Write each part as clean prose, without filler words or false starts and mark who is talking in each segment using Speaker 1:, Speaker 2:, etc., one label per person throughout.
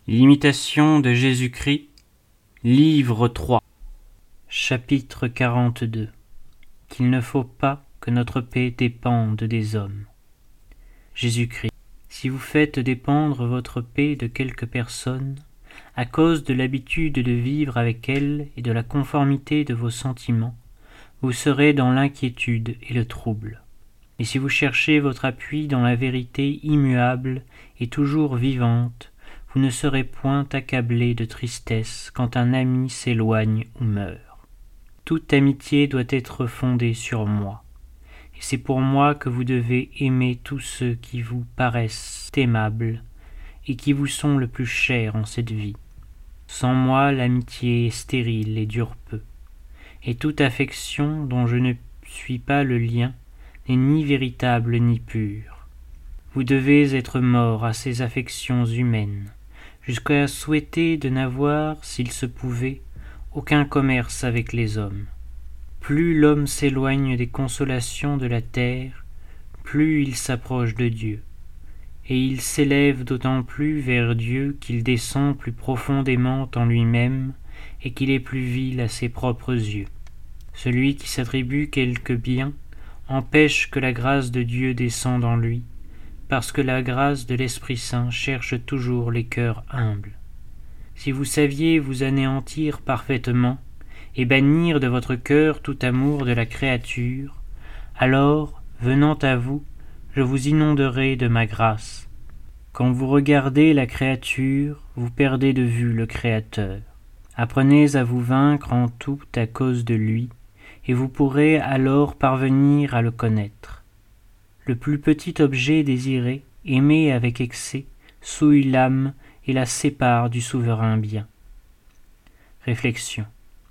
Speaker 1: L'imitation de Jésus-Christ, livre 3, chapitre 42. Qu'il ne faut pas que notre paix dépende des hommes. Jésus-Christ, si vous faites dépendre votre paix de quelque personne, à cause de l'habitude de vivre avec elle et de la conformité de vos sentiments, vous serez dans l'inquiétude et le trouble. Et si vous cherchez votre appui dans la vérité immuable et toujours vivante, vous ne serez point accablé de tristesse quand un ami s'éloigne ou meurt. Toute amitié doit être fondée sur moi, et c'est pour moi que vous devez aimer tous ceux qui vous paraissent aimables et qui vous sont le plus chers en cette vie. Sans moi, l'amitié est stérile et dure peu, et toute affection dont je ne suis pas le lien n'est ni véritable ni pure. Vous devez être mort à ces affections humaines, jusqu'à souhaiter de n'avoir, s'il se pouvait, aucun commerce avec les hommes. Plus l'homme s'éloigne des consolations de la terre, plus il s'approche de Dieu, et il s'élève d'autant plus vers Dieu qu'il descend plus profondément en lui-même et qu'il est plus vil à ses propres yeux. Celui qui s'attribue quelque bien empêche que la grâce de Dieu descende en lui, parce que la grâce de l'Esprit Saint cherche toujours les cœurs humbles. Si vous saviez vous anéantir parfaitement et bannir de votre cœur tout amour de la créature, alors, venant à vous, je vous inonderai de ma grâce. Quand vous regardez la créature, vous perdez de vue le Créateur. Apprenez à vous vaincre en tout à cause de lui, et vous pourrez alors parvenir à le connaître. Le plus petit objet désiré, aimé avec excès, souille l'âme et la sépare du souverain bien. Réflexion.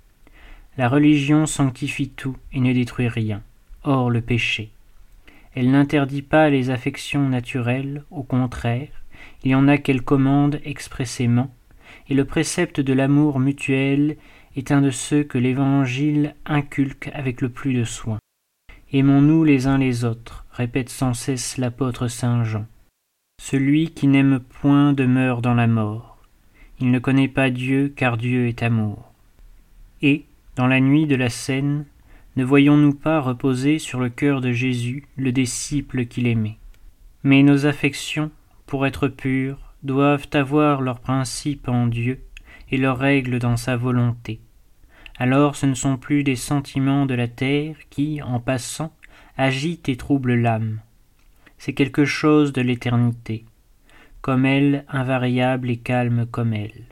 Speaker 1: La religion sanctifie tout et ne détruit rien, hors le péché. Elle n'interdit pas les affections naturelles, au contraire, il y en a qu'elle commande expressément, et le précepte de l'amour mutuel est un de ceux que l'Évangile inculque avec le plus de soin. Aimons-nous les uns les autres, répète sans cesse l'apôtre Saint Jean. Celui qui n'aime point demeure dans la mort. Il ne connaît pas Dieu, car Dieu est amour. Et, dans la nuit de la Cène, ne voyons-nous pas reposer sur le cœur de Jésus le disciple qu'il aimait? Mais nos affections, pour être pures, doivent avoir leur principe en Dieu et leurs règles dans sa volonté. Alors ce ne sont plus des sentiments de la terre qui, en passant, agitent et troublent l'âme. C'est quelque chose de l'éternité, comme elle, invariable et calme comme elle.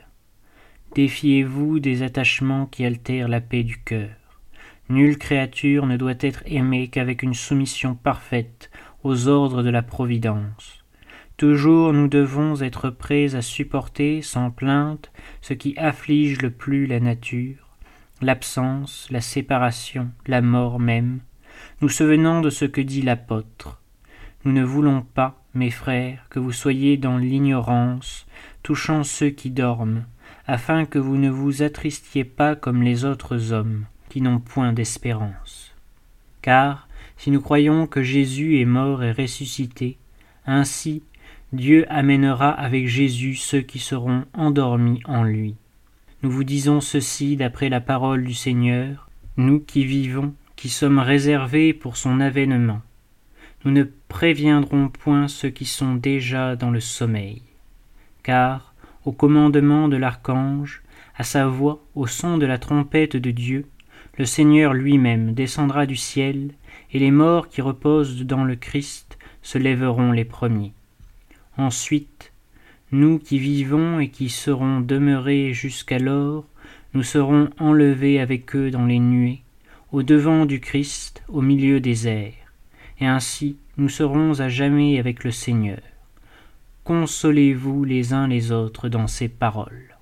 Speaker 1: Défiez-vous des attachements qui altèrent la paix du cœur. Nulle créature ne doit être aimée qu'avec une soumission parfaite aux ordres de la Providence. Toujours nous devons être prêts à supporter sans plainte ce qui afflige le plus la nature, l'absence, la séparation, la mort même, nous souvenant de ce que dit l'apôtre. Nous ne voulons pas, mes frères, que vous soyez dans l'ignorance, touchant ceux qui dorment, afin que vous ne vous attristiez pas comme les autres hommes, qui n'ont point d'espérance. Car, si nous croyons que Jésus est mort et ressuscité, ainsi Dieu amènera avec Jésus ceux qui seront endormis en lui. Nous vous disons ceci d'après la parole du Seigneur, nous qui vivons, qui sommes réservés pour son avènement. Nous ne préviendrons point ceux qui sont déjà dans le sommeil. Car, au commandement de l'archange, à sa voix, au son de la trompette de Dieu, le Seigneur lui-même descendra du ciel, et les morts qui reposent dans le Christ se lèveront les premiers. Ensuite, nous qui vivons et qui serons demeurés jusqu'alors, nous serons enlevés avec eux dans les nuées, au devant du Christ, au milieu des airs, et ainsi nous serons à jamais avec le Seigneur. Consolez-vous les uns les autres dans ces paroles.